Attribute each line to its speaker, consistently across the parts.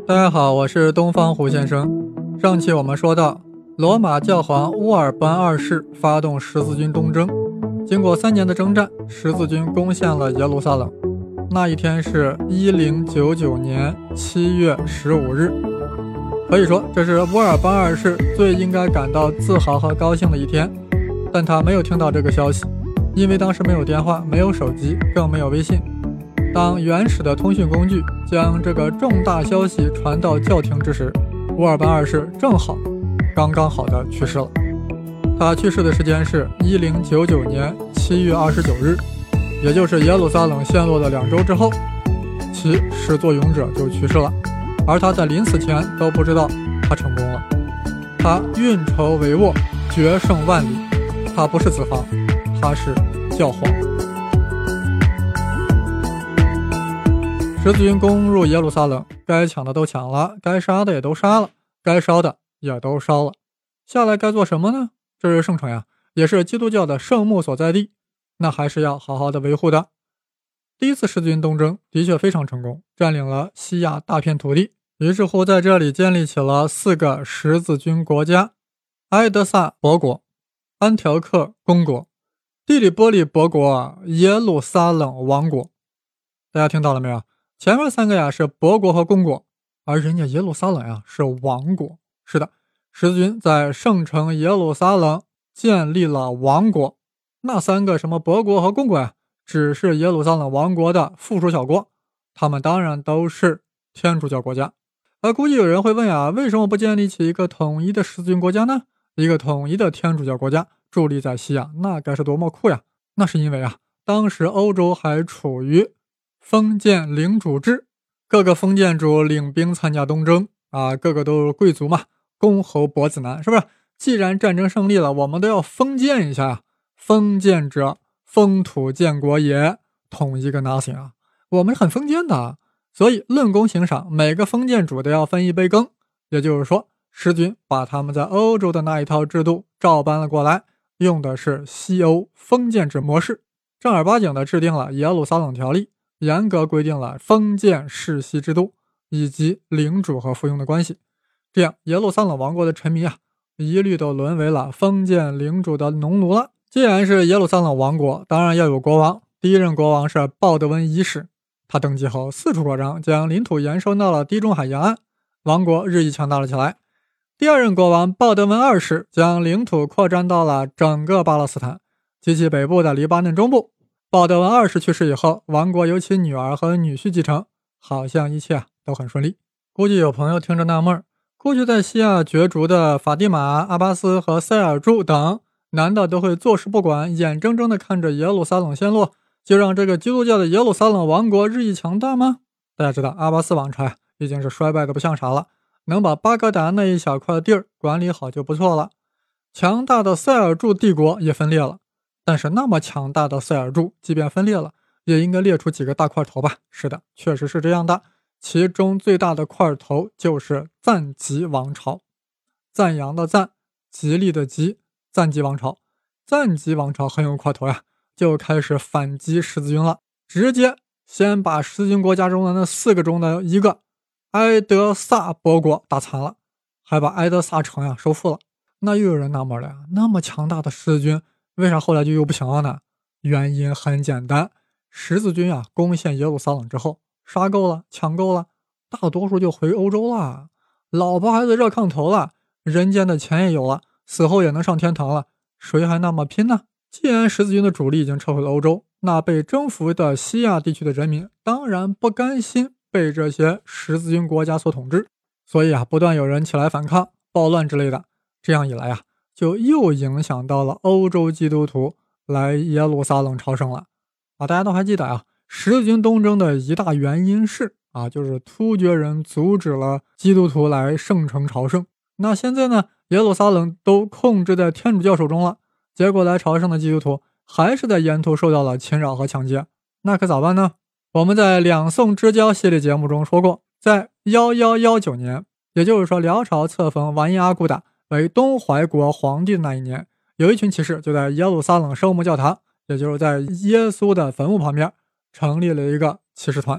Speaker 1: 大家好，我是东方胡先生。上期我们说到，罗马教皇乌尔班二世发动十字军东征，经过3年的征战，十字军攻陷了耶路撒冷。那一天是1099年7月15日，可以说这是乌尔班二世最应该感到自豪和高兴的一天。但他没有听到这个消息，因为当时没有电话，没有手机，更没有微信。当原始的通讯工具将这个重大消息传到教廷之时，乌尔班二世刚刚好的去世了。他去世的时间是1099年7月29日，也就是耶路撒冷陷落的2周之后，其始作俑者就去世了。而他在临死前都不知道他成功了。他运筹帷幄，决胜万里。他不是子房，他是教皇。十字军攻入耶路撒冷，该抢的都抢了，该杀的也都杀了，该烧的也都烧了。下来该做什么呢？这是圣城呀，也是基督教的圣墓所在地，那还是要好好的维护的。第一次十字军东征的确非常成功，占领了西亚大片土地，于是乎在这里建立起了4个十字军国家：埃德萨伯国、安条克公国、蒂里波利伯国、耶路撒冷王国。大家听到了没有？前面3个呀是伯国和公国，而人家耶路撒冷呀是王国。是的，十字军在圣城耶路撒冷建立了王国。那3个什么伯国和公国呀，只是耶路撒冷王国的附属小国，他们当然都是天主教国家。而估计有人会问呀，为什么不建立起一个统一的十字军国家呢？一个统一的天主教国家伫立在西亚，那该是多么酷呀！那是因为当时欧洲还处于封建领主制，各个封建主领兵参加东征各个都是贵族嘛，公侯伯子男，是不是？既然战争胜利了，我们都要封建一下呀。封建者，封土建国也，统一个 nothing 我们是很封建的，所以论功行赏，每个封建主都要分一杯羹。也就是说，十字军把他们在欧洲的那一套制度照搬了过来，用的是西欧封建制模式，正儿八经的制定了耶路撒冷条例，严格规定了封建世袭制度以及领主和附庸的关系。这样耶路撒冷王国的臣民一律都沦为了封建领主的农奴了。既然是耶路撒冷王国，当然要有国王。第一任国王是鲍德温一世，他登基后四处扩张，将领土延伸到了地中海沿岸，王国日益强大了起来。第二任国王鲍德温二世将领土扩张到了整个巴勒斯坦及其北部的黎巴嫩中部。鲍德温二世去世以后，王国由其女儿和女婿继承，好像一切都很顺利。估计有朋友听着纳闷，过去在西亚角逐的法蒂玛、阿巴斯和塞尔柱等，难道都会坐视不管，眼睁睁地看着耶路撒冷陷落，就让这个基督教的耶路撒冷王国日益强大吗？大家知道阿巴斯王朝已经是衰败的不像啥了，能把巴格达那一小块地儿管理好就不错了。强大的塞尔柱帝国也分裂了，但是那么强大的塞尔柱即便分裂了，也应该列出几个大块头吧。是的，确实是这样的。其中最大的块头就是赞吉王朝，赞扬的赞，吉利的吉，赞吉王朝。赞吉王朝很有块头就开始反击十字军了，直接先把十字军国家中的那4个中的一个埃德萨伯国打残了，还把埃德萨城收复了。那又有人纳闷了那么强大的十字军为啥后来就又不行了呢？原因很简单，十字军攻陷耶路撒冷之后，杀够了，抢够了，大多数就回欧洲了，老婆孩子热炕头了，人间的钱也有了，死后也能上天堂了，谁还那么拼呢？既然十字军的主力已经撤回了欧洲，那被征服的西亚地区的人民当然不甘心被这些十字军国家所统治，所以不断有人起来反抗、暴乱之类的。这样一来就又影响到了欧洲基督徒来耶路撒冷朝圣了大家都还记得十字军东征的一大原因是就是突厥人阻止了基督徒来圣城朝圣。那现在呢，耶路撒冷都控制在天主教手中了，结果来朝圣的基督徒还是在沿途受到了侵扰和抢劫，那可咋办呢？我们在两宋之交系列节目中说过，在1119年，也就是说辽朝册封完颜阿骨打为东怀国皇帝的那一年，有一群骑士就在耶路撒冷圣母教堂，也就是在耶稣的坟墓旁边成立了一个骑士团。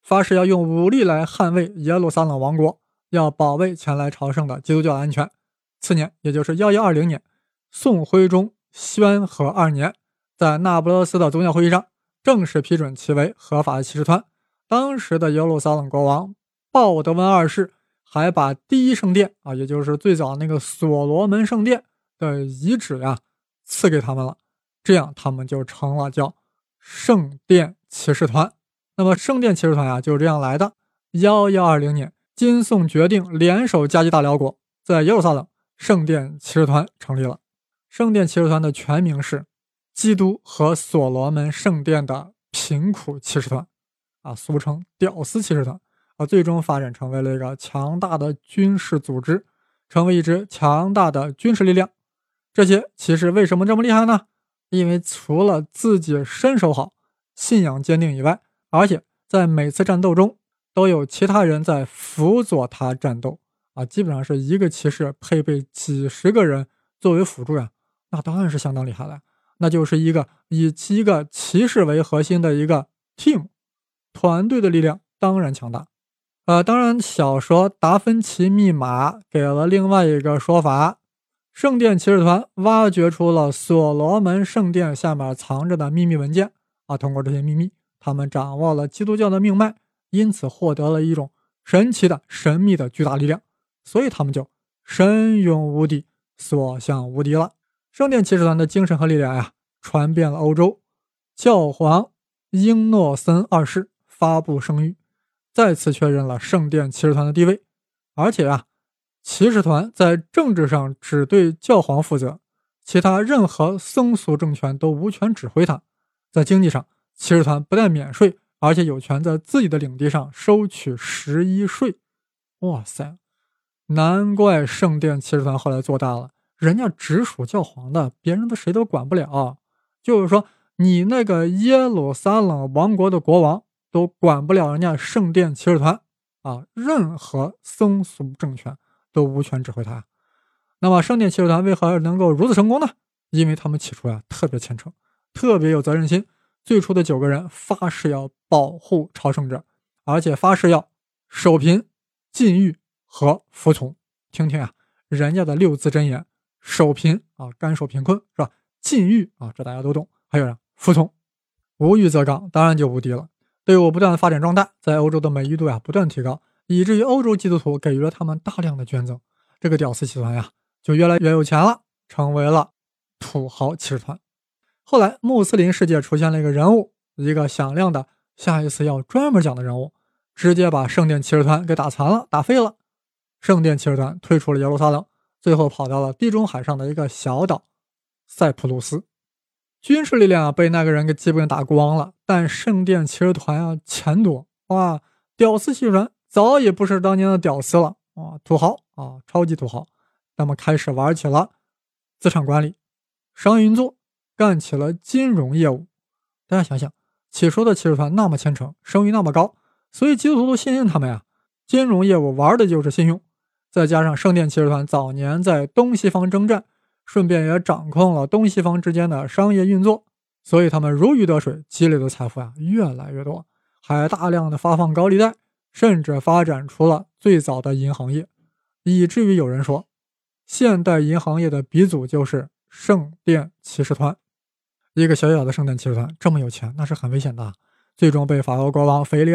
Speaker 1: 发誓要用武力来捍卫耶路撒冷王国，要保卫前来朝圣的基督教的安全。次年，也就是1120年，宋徽宗宣和2年，在那不勒斯的宗教会议上正式批准其为合法的骑士团。当时的耶路撒冷国王鲍德温2世还把第一圣殿也就是最早那个所罗门圣殿的遗址赐给他们了，这样他们就成了叫圣殿骑士团。那么圣殿骑士团就是这样来的。1120年，金宋决定联手夹击大辽国，在耶路撒冷圣殿骑士团成立了。圣殿骑士团的全名是基督和所罗门圣殿的贫苦骑士团俗称屌丝骑士团最终发展成为了一个强大的军事组织，成为一支强大的军事力量。这些骑士为什么这么厉害呢？因为除了自己身手好、信仰坚定以外，而且在每次战斗中都有其他人在辅佐他战斗基本上是一个骑士配备几十个人作为辅助那当然是相当厉害了。那就是一个以7个骑士为核心的一个 team 团队的力量当然强大。当然小说《达芬奇密码》给了另外一个说法，圣殿骑士团挖掘出了所罗门圣殿下面藏着的秘密文件通过这些秘密，他们掌握了基督教的命脉，因此获得了一种神奇的神秘的巨大力量，所以他们就神勇无敌，所向无敌了。圣殿骑士团的精神和力量传遍了欧洲。教皇英诺森2世发布圣谕，再次确认了圣殿骑士团的地位，而且骑士团在政治上只对教皇负责，其他任何僧俗政权都无权指挥他。在经济上，骑士团不但免税，而且有权在自己的领地上收取11税。哇塞，难怪圣殿骑士团后来做大了，人家直属教皇的，别人的谁都管不了。就是说你那个耶路撒冷王国的国王都管不了人家圣殿骑士团任何僧俗政权都无权指挥他。那么圣殿骑士团为何能够如此成功呢？因为他们起初特别虔诚，特别有责任心。最初的9个人发誓要保护朝圣者，而且发誓要守贫、禁欲和服从。听听人家的6字真言：守贫甘受贫困是吧？禁欲这大家都懂，还有服从。无欲则刚，当然就无敌了。队伍不断发展壮大，在欧洲的美誉度不断提高，以至于欧洲基督徒给予了他们大量的捐赠。这个屌丝骑团就越来越有钱了，成为了土豪骑士团。后来穆斯林世界出现了一个人物，一个响亮的下一次要专门讲的人物，直接把圣殿骑士团给打残了，打废了。圣殿骑士团退出了耶路撒冷，最后跑到了地中海上的一个小岛塞浦路斯。军事力量被那个人给基本打光了，但圣殿骑士团钱多屌丝骑士团早已不是当年的屌丝了土豪超级土豪。那么开始玩起了资产管理、商业运作，干起了金融业务。大家想想，起初的骑士团那么虔诚，声誉那么高，所以基督徒都信任他们金融业务玩的就是信用，再加上圣殿骑士团早年在东西方征战，顺便也掌控了东西方之间的商业运作，所以他们如鱼得水，积累的财富越来越多，还大量的发放高利贷，甚至发展出了最早的银行业，以至于有人说现代银行业的鼻祖就是圣殿骑士团。一个小小的圣殿骑士团这么有钱，那是很危险的，最终被法国国王腓力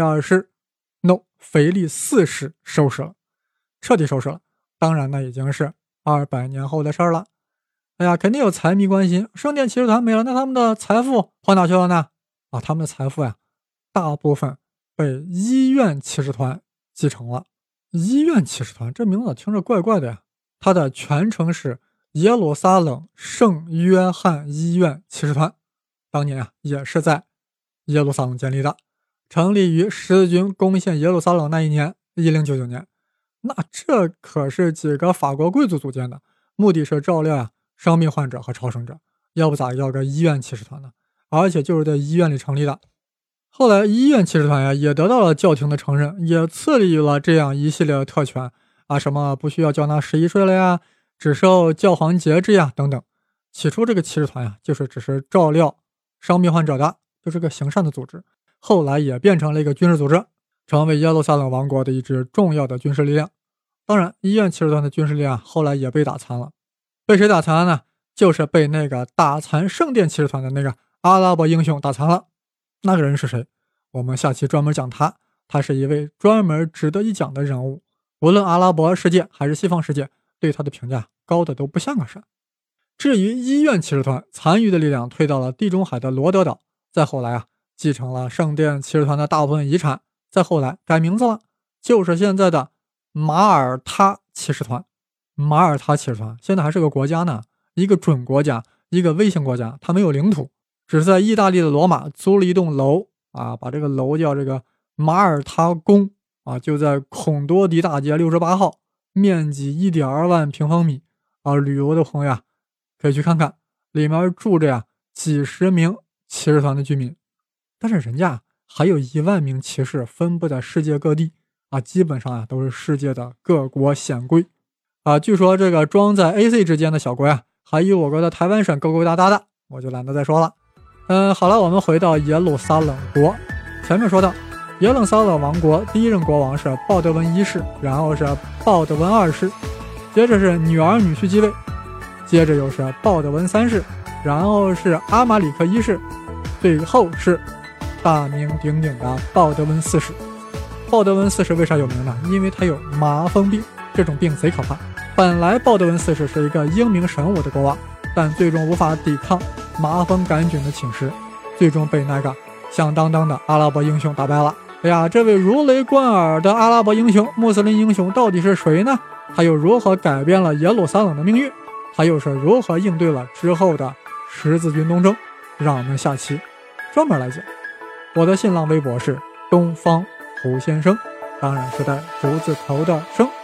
Speaker 1: 4世收拾了，彻底收拾了。当然那已经是200年后的事了。肯定有财迷关心，圣殿骑士团没了，那他们的财富跑哪去了呢？他们的财富大部分被医院骑士团继承了。医院骑士团这名字听着怪怪的它的全称是耶路撒冷圣约翰医院骑士团，当年也是在耶路撒冷建立的，成立于十字军攻陷耶路撒冷那一年1099年。那这可是几个法国贵族组建的，目的是照料伤病患者和朝圣者，要不咋要个医院骑士团呢？而且就是在医院里成立的。后来医院骑士团也得到了教廷的承认，也赐予了这样一系列的特权什么不需要缴纳11税了只受教皇节制等等。起初这个骑士团就是只是照料伤病患者的，就是个行善的组织，后来也变成了一个军事组织。 成为耶路撒冷王国的一支重要的军事力量。当然，医院骑士团的军事力量后来也被打残了。被谁打残了呢？就是被那个打残圣殿骑士团的那个阿拉伯英雄打残了。那个人是谁？我们下期专门讲他。他是一位专门值得一讲的人物，无论阿拉伯世界还是西方世界，对他的评价高的都不像个啥。至于医院骑士团，残余的力量退到了地中海的罗德岛，再后来继承了圣殿骑士团的大部分遗产，再后来改名字了，就是现在的马耳他骑士团。马耳他骑士团现在还是个国家呢，一个准国家，一个卫星国家，它没有领土，只是在意大利的罗马租了一栋楼把这个楼叫这个马耳他宫就在孔多迪大街68号，面积 1.2 万平方米旅游的朋友可以去看看，里面住着几十名骑士团的居民，但是人家还有1万名骑士分布在世界各地基本上都是世界的各国显贵据说这个装在 AC 之间的小国还有我国的台湾省勾勾搭搭的，我就懒得再说了。好了，我们回到耶路撒冷国。前面说到耶路撒冷王国第一任国王是鲍德温一世，然后是鲍德温二世，接着是女儿女婿继位，接着又是鲍德温三世，然后是阿马里克一世，最后是大名鼎鼎的鲍德温四世。鲍德温四世为啥有名呢？因为他有麻风病，这种病贼可怕。本来鲍德温四世是一个英明神武的国王，但最终无法抵抗麻风杆菌的侵蚀，最终被那个响当当的阿拉伯英雄打败了。这位如雷贯耳的阿拉伯英雄，穆斯林英雄到底是谁呢？他又如何改变了耶路撒冷的命运？他又是如何应对了之后的十字军东征？让我们下期专门来讲。我的新浪微博是东方胡先生，当然是带竹字头的生。